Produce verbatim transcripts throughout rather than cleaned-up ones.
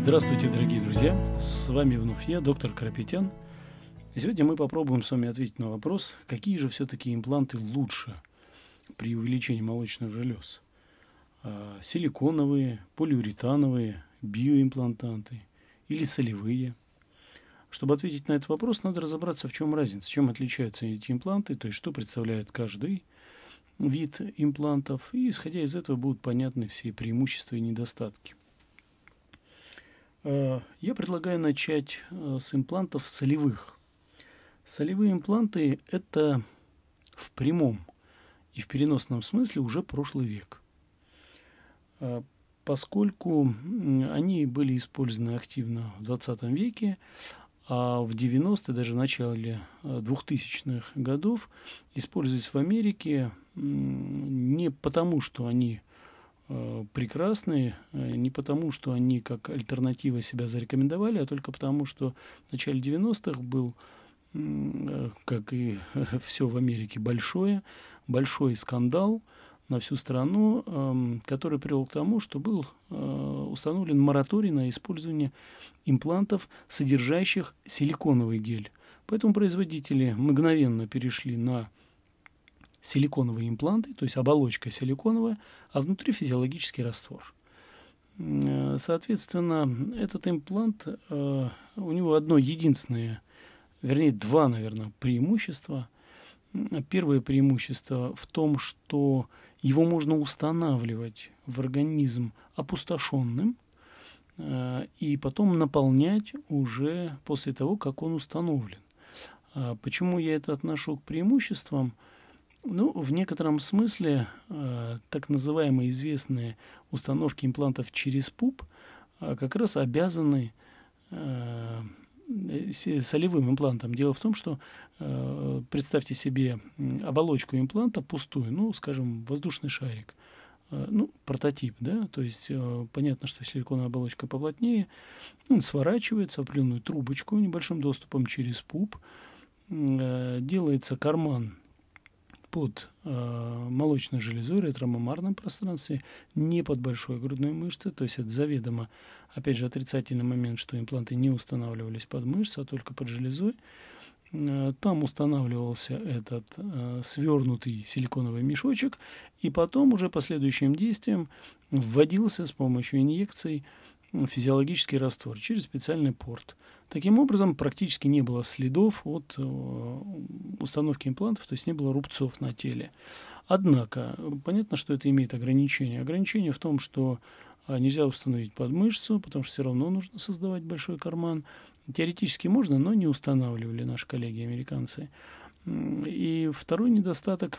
Здравствуйте, дорогие друзья! С вами вновь я, доктор Карапетян. И сегодня мы попробуем с вами ответить на вопрос, какие же все-таки импланты лучше при увеличении молочных желез. Силиконовые, полиуретановые, биоимплантанты или солевые. Чтобы ответить на этот вопрос, надо разобраться, в чем разница, чем отличаются эти импланты, то есть что представляет каждый вид имплантов, и исходя из этого будут понятны все преимущества и недостатки. Я предлагаю начать с имплантов солевых. Солевые импланты – это в прямом и в переносном смысле уже прошлый век, поскольку они были использованы активно в двадцатом веке, а в девяностые, даже в начале двухтысячных годов использовались в Америке не потому, что они прекрасные, не потому, что они как альтернатива себя зарекомендовали, а только потому, что в начале девяностых был, как и все в Америке, большое, большой скандал на всю страну, который привел к тому, что был установлен мораторий на использование имплантов, содержащих силиконовый гель. Поэтому производители мгновенно перешли на силиконовые импланты, то есть оболочка силиконовая, а внутри физиологический раствор. Соответственно, этот имплант, у него одно единственное, вернее, два, наверное, преимущества. Первое преимущество в том, что его можно устанавливать в организм опустошенным и потом наполнять уже после того, как он установлен. Почему я это отношу к преимуществам? Ну, в некотором смысле э, так называемые известные установки имплантов через пуп э, как раз обязаны э, солевым имплантам. Дело в том, что э, представьте себе оболочку импланта пустую, ну, скажем, воздушный шарик, э, ну, прототип, да, то есть э, понятно, что силиконовая оболочка поплотнее, он сворачивается в определенную трубочку небольшим доступом через пуп, э, делается карман под э, молочной железой, ретромамарном пространстве, не под большой грудной мышцей, то есть это заведомо, опять же, отрицательный момент, что импланты не устанавливались под мышцу, а только под железой. Э, там устанавливался этот э, свернутый силиконовый мешочек, и потом уже последующим действием вводился с помощью инъекций физиологический раствор через специальный порт. Таким образом, практически не было следов от э, установки имплантов, то есть не было рубцов на теле. Однако, понятно, что это имеет ограничения. Ограничение в том, что э, нельзя установить под мышцу, потому что все равно нужно создавать большой карман. Теоретически можно, но не устанавливали наши коллеги-американцы. И второй недостаток,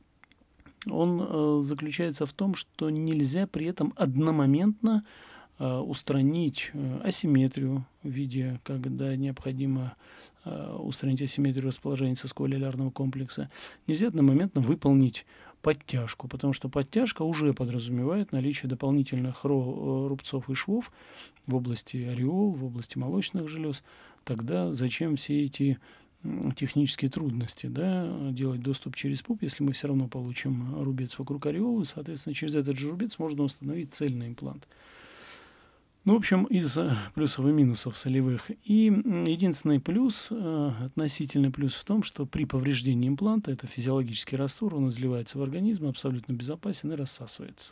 он э, заключается в том, что нельзя при этом одномоментно устранить асимметрию в виде, когда необходимо устранить асимметрию расположения сосково-лялярного комплекса. Нельзя одномоментно выполнить подтяжку, потому что подтяжка уже подразумевает наличие дополнительных рубцов и швов в области ореол, в области молочных желез. Тогда зачем все эти технические трудности, да, делать доступ через пуп, если мы все равно получим рубец вокруг ореолы, соответственно, через этот же рубец можно установить цельный имплант. Ну, в общем, из плюсов и минусов солевых. И единственный плюс, относительный плюс в том, что при повреждении импланта, это физиологический раствор, он изливается в организм, абсолютно безопасен и рассасывается.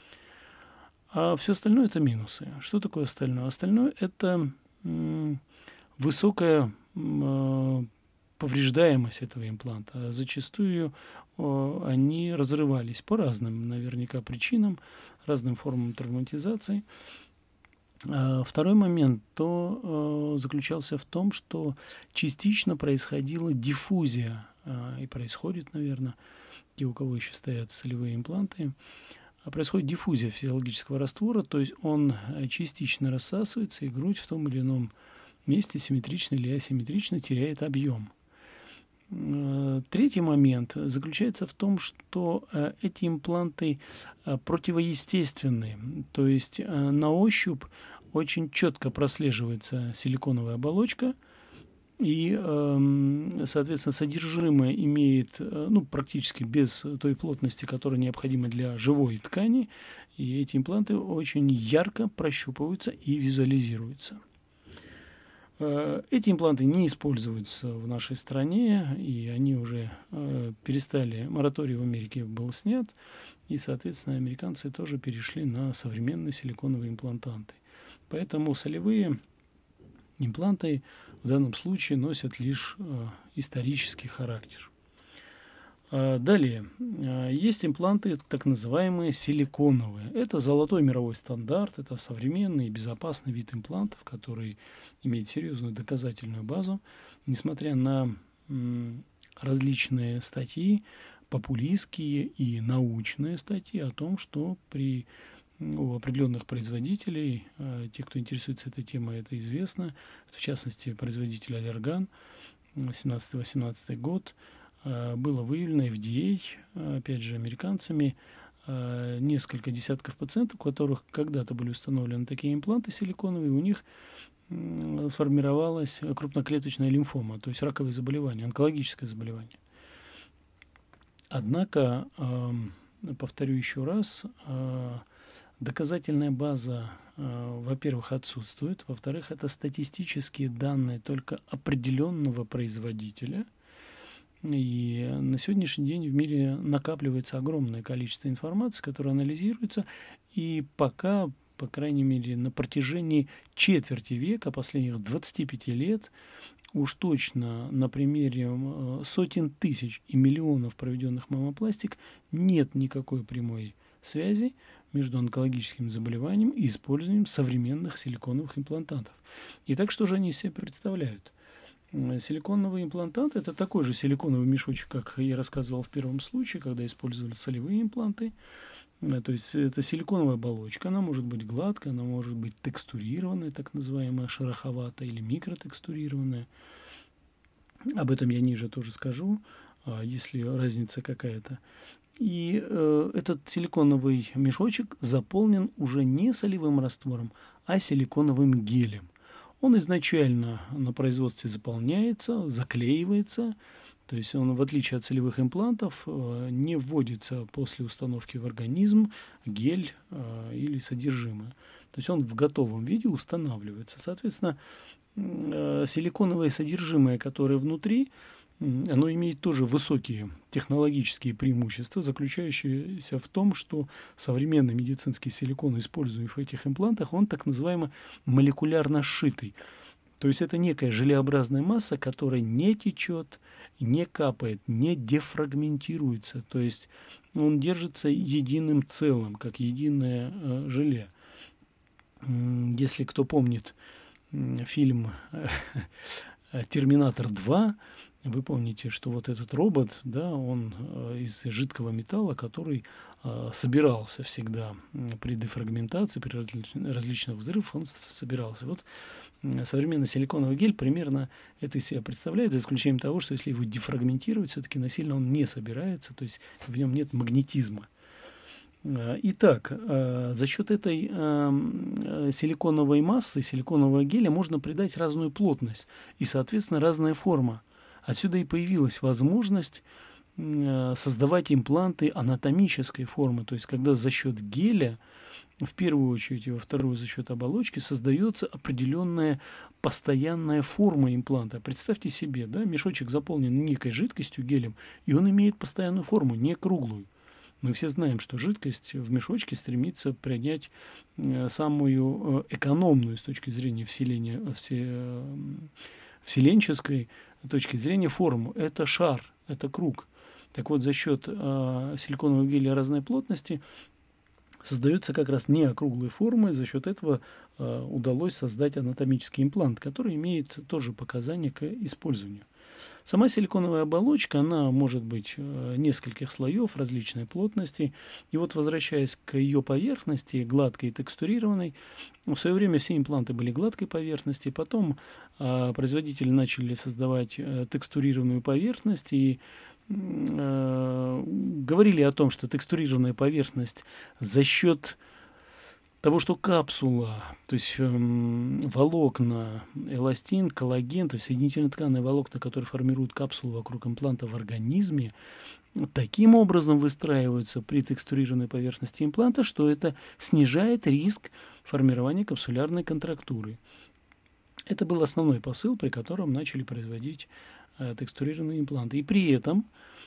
А все остальное – это минусы. Что такое остальное? Остальное – это высокая повреждаемость этого импланта. Зачастую они разрывались по разным, наверняка, причинам, разным формам травматизации. Второй момент то э, заключался в том, что частично происходила диффузия, э, и происходит, наверное, те, у кого еще стоят солевые импланты, происходит диффузия физиологического раствора, то есть он частично рассасывается, и грудь в том или ином месте, симметрично или асимметрично, теряет объем. Третий момент заключается в том, что эти импланты противоестественные, то есть на ощупь очень четко прослеживается силиконовая оболочка, и, соответственно, содержимое имеет, ну, практически без той плотности, которая необходима для живой ткани, и эти импланты очень ярко прощупываются и визуализируются. Эти импланты не используются в нашей стране, и они уже перестали, мораторий в Америке был снят, и, соответственно, американцы тоже перешли на современные силиконовые имплантанты. Поэтому солевые импланты в данном случае носят лишь исторический характер. Далее, есть импланты так называемые силиконовые. Это золотой мировой стандарт, это современный и безопасный вид имплантов, который имеет серьезную доказательную базу, несмотря на различные статьи, популистские и научные статьи о том, что при у определенных производителей, тех, кто интересуется этой темой, это известно, в частности, производитель Allergan, семнадцатый-восемнадцатый год, было выявлено эф ди эй, опять же, американцами, несколько десятков пациентов, у которых когда-то были установлены такие импланты силиконовые, у них сформировалась крупноклеточная лимфома, то есть раковое заболевание, онкологическое заболевание. Однако, повторю еще раз, доказательная база, во-первых, отсутствует, во-вторых, это статистические данные только определенного производителя. И на сегодняшний день в мире накапливается огромное количество информации, которая анализируется, и пока, по крайней мере, на протяжении четверти века, последних двадцати пяти лет, уж точно на примере сотен тысяч и миллионов проведенных маммопластик нет никакой прямой связи между онкологическим заболеванием и использованием современных силиконовых имплантантов. Итак, что же они из себя представляют? Силиконовый имплантант – это такой же силиконовый мешочек, как я рассказывал в первом случае, когда использовали солевые импланты. То есть это силиконовая оболочка, она может быть гладкая, она может быть текстурированная, так называемая шероховатая или микротекстурированная. Об этом я ниже тоже скажу, если разница какая-то. И э, этот силиконовый мешочек заполнен уже не солевым раствором, а силиконовым гелем. Он изначально на производстве заполняется, заклеивается, то есть он, в отличие от солевых имплантов, не вводится после установки в организм гель или содержимое. То есть он в готовом виде устанавливается. Соответственно, силиконовое содержимое, которое внутри, оно имеет тоже высокие технологические преимущества, заключающиеся в том, что современный медицинский силикон, используемый в этих имплантах, он так называемо молекулярно сшитый. То есть это некая желеобразная масса, которая не течет, не капает, не дефрагментируется. То есть он держится единым целым, как единое э, желе. Если кто помнит фильм «Терминатор два», вы помните, что вот этот робот, да, он из жидкого металла, который э, собирался всегда при дефрагментации, при различ- различных взрывах, он собирался. Вот современный силиконовый гель примерно это из себя представляет, за исключением того, что если его дефрагментировать, все-таки насильно он не собирается, то есть в нем нет магнетизма. Итак, за счет этой силиконовой массы, силиконового геля можно придать разную плотность и, соответственно, разная форма. Отсюда и появилась возможность создавать импланты анатомической формы, то есть когда за счет геля, в первую очередь и во вторую за счет оболочки, создается определенная постоянная форма импланта. Представьте себе, да, мешочек заполнен некой жидкостью, гелем, и он имеет постоянную форму, не круглую. Мы все знаем, что жидкость в мешочке стремится принять самую экономную с точки зрения вселения, все, вселенческой точки зрения форму. Это шар, это круг. Так вот, за счет э, силиконового геля разной плотности создаются как раз не округлые формы. За счет этого э, удалось создать анатомический имплант, который имеет тоже показания к использованию. Сама силиконовая оболочка, она может быть э, нескольких слоев различной плотности. И вот, возвращаясь к ее поверхности, гладкой и текстурированной, в свое время все импланты были гладкой поверхности, потом э, производители начали создавать э, текстурированную поверхность и э, говорили о том, что текстурированная поверхность за счет того, что капсула, то есть э, волокна, эластин, коллаген, то есть соединительно-тканные волокна, которые формируют капсулу вокруг импланта в организме, таким образом выстраиваются при текстурированной поверхности импланта, что это снижает риск формирования капсулярной контрактуры. Это был основной посыл, при котором начали производить э, текстурированные импланты. И при этом,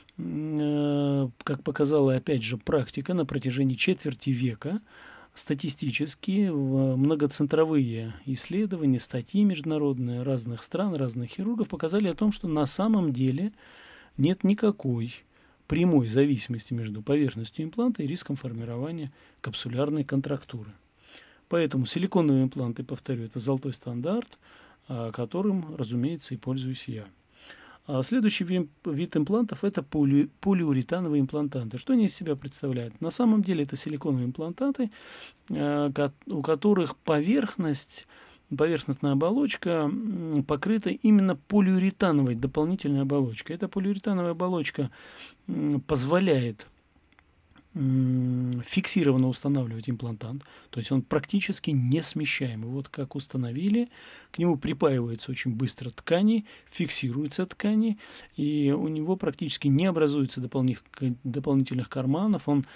э, как показала опять же практика на протяжении четверти века, статистически многоцентровые исследования, статьи международные разных стран, разных хирургов показали о том, что на самом деле нет никакой прямой зависимости между поверхностью импланта и риском формирования капсулярной контрактуры. Поэтому силиконовые импланты, повторю, это золотой стандарт, которым, разумеется, и пользуюсь я. А следующий вид имплантов – это поли, полиуретановые имплантанты. Что они из себя представляют? На самом деле это силиконовые имплантанты, у которых поверхность, поверхностная оболочка покрыта именно полиуретановой дополнительной оболочкой. Эта полиуретановая оболочка позволяет фиксированно устанавливать имплантант, то есть он практически не смещаемый. Вот как установили, к нему припаиваются очень быстро ткани, фиксируются ткани, и у него практически не образуется дополнительных карманов, он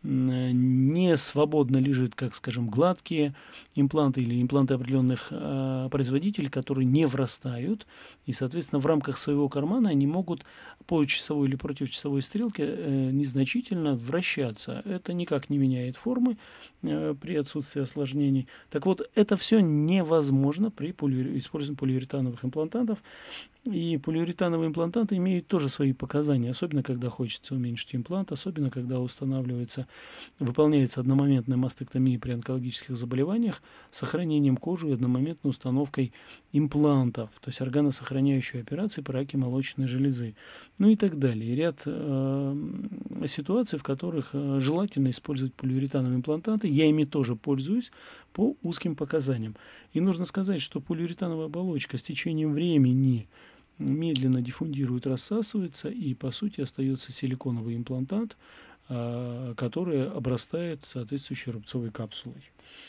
не свободно лежит, как, скажем, гладкие импланты или импланты определенных производителей, которые не врастают, и, соответственно, в рамках своего кармана они могут по часовой или против часовой стрелке незначительно вращаться. Это никак не меняет формы э, при отсутствии осложнений. Так вот, это все невозможно при поли... использовании полиуретановых имплантантов. И полиуретановые имплантанты имеют тоже свои показания, особенно когда хочется уменьшить имплант, особенно когда устанавливается, выполняется одномоментная мастектомия при онкологических заболеваниях с сохранением кожи и одномоментной установкой имплантов, то есть органосохраняющей операции по раке молочной железы, ну и так далее. И ряд э, ситуаций, в которых э, желательно использовать полиуретановые имплантанты. Я ими тоже пользуюсь по узким показаниям. И нужно сказать, что полиуретановая оболочка с течением времени медленно диффундирует, рассасывается, и по сути остается силиконовый имплантант, который обрастает соответствующей рубцовой капсулой.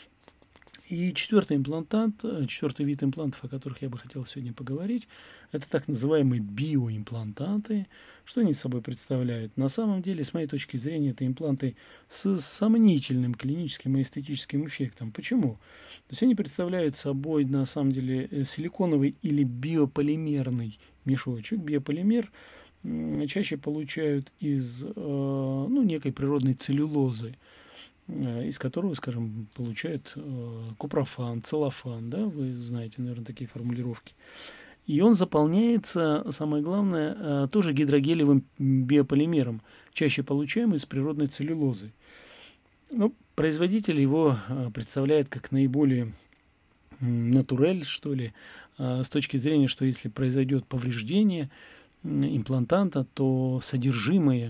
И четвертый имплантант, четвертый вид имплантов, о которых я бы хотел сегодня поговорить, это так называемые биоимплантанты. Что они собой представляют? На самом деле, с моей точки зрения, это импланты с сомнительным клиническим и эстетическим эффектом. Почему? То есть они представляют собой, на самом деле, силиконовый или биополимерный мешочек. Биополимер чаще получают из ну, некой природной целлюлозы, из которого, скажем, получают э, купрофан, целлофан, да, вы знаете, наверное, такие формулировки. И он заполняется, самое главное, э, тоже гидрогелевым биополимером, чаще получаемым из природной целлюлозы. Ну, производитель его э, представляет как наиболее э, натурель, что ли, э, с точки зрения, что если произойдет повреждение э, имплантанта, то содержимое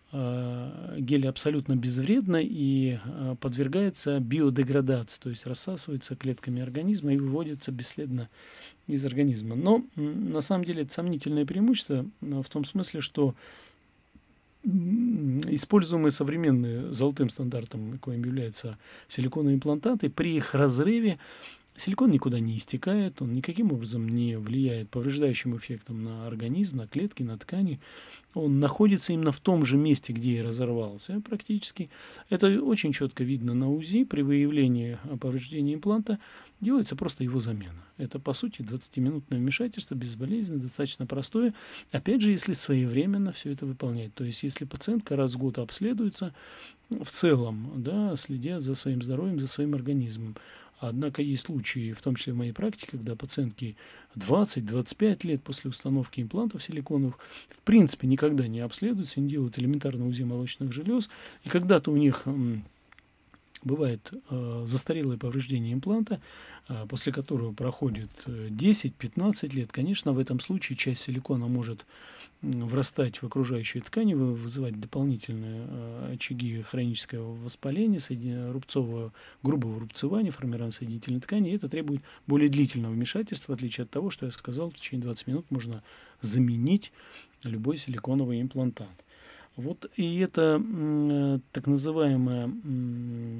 гель абсолютно безвредно и подвергается биодеградации, то есть рассасывается клетками организма и выводится бесследно из организма. Но на самом деле это сомнительное преимущество в том смысле, что используемые современные золотым стандартом, коим являются силиконовые имплантанты, при их разрыве силикон никуда не истекает, он никаким образом не влияет повреждающим эффектом на организм, на клетки, на ткани. Он находится именно в том же месте, где и разорвался практически. Это очень четко видно на УЗИ. При выявлении повреждения импланта делается просто его замена. Это, по сути, двадцатиминутное вмешательство, безболезненное, достаточно простое. Опять же, если своевременно все это выполнять. То есть, если пациентка раз в год обследуется, в целом, да, следя за своим здоровьем, за своим организмом. Однако есть случаи, в том числе в моей практике, когда пациентки двадцать-двадцать пять лет после установки имплантов силиконовых в принципе никогда не обследуются, не делают элементарно УЗИ молочных желез, и когда-то у них бывает э, застарелое повреждение импланта, э, после которого проходит десять-пятнадцать лет. Конечно, в этом случае часть силикона может врастать в окружающие ткани, вызывать дополнительные э, очаги хронического воспаления, соедин... рубцового, грубого рубцевания, формирования соединительной ткани. И это требует более длительного вмешательства, в отличие от того, что я сказал, в течение двадцати минут можно заменить любой силиконовый имплантант. Вот и это м, так называемое м,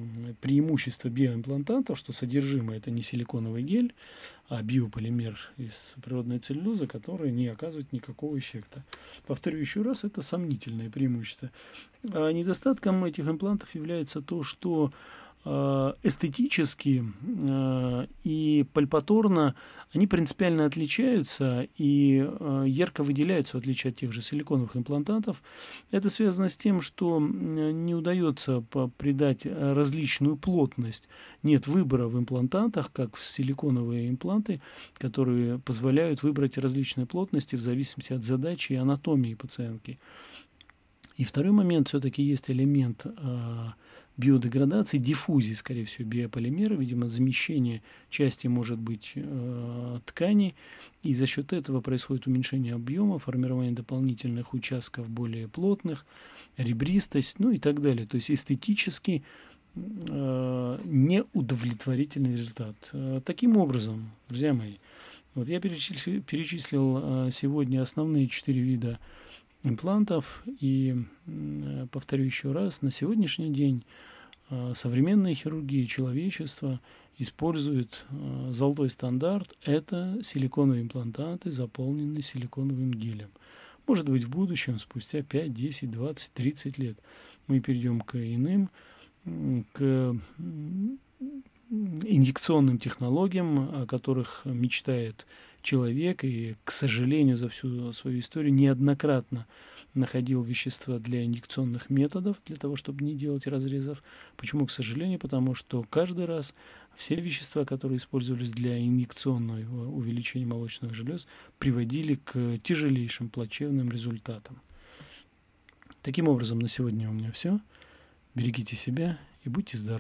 преимущество биоимплантантов, что содержимое это не силиконовый гель, а биополимер из природной целлюлозы, который не оказывает никакого эффекта. Повторю еще раз, это сомнительное преимущество. А недостатком этих имплантов является то, что эстетически и пальпаторно они принципиально отличаются и ярко выделяются, в отличие от тех же силиконовых имплантатов. Это связано с тем, что не удается придать различную плотность. Нет выбора в имплантатах, как в силиконовые импланты, которые позволяют выбрать различные плотности в зависимости от задачи и анатомии пациентки. И второй момент, все-таки есть элемент биодеградации, диффузии, скорее всего, биополимера, видимо, замещение части, может быть, э, ткани, и за счет этого происходит уменьшение объема, формирование дополнительных участков более плотных, ребристость, ну и так далее. То есть эстетически э, неудовлетворительный результат. Э, таким образом, друзья мои, вот я перечислил, перечислил э, сегодня основные четыре вида имплантов, и э, повторю еще раз, на сегодняшний день современная хирургия человечества использует золотой стандарт. Это силиконовые имплантаты, заполненные силиконовым гелем. Может быть, в будущем, спустя пять, десять, двадцать, тридцать лет, мы перейдем к иным, к инъекционным технологиям, о которых мечтает человек, и, к сожалению, за всю свою историю неоднократно находил вещества для инъекционных методов, для того, чтобы не делать разрезов. Почему, к сожалению? Потому что каждый раз все вещества, которые использовались для инъекционного увеличения молочных желез, приводили к тяжелейшим плачевным результатам. Таким образом, на сегодня у меня все. Берегите себя и будьте здоровы.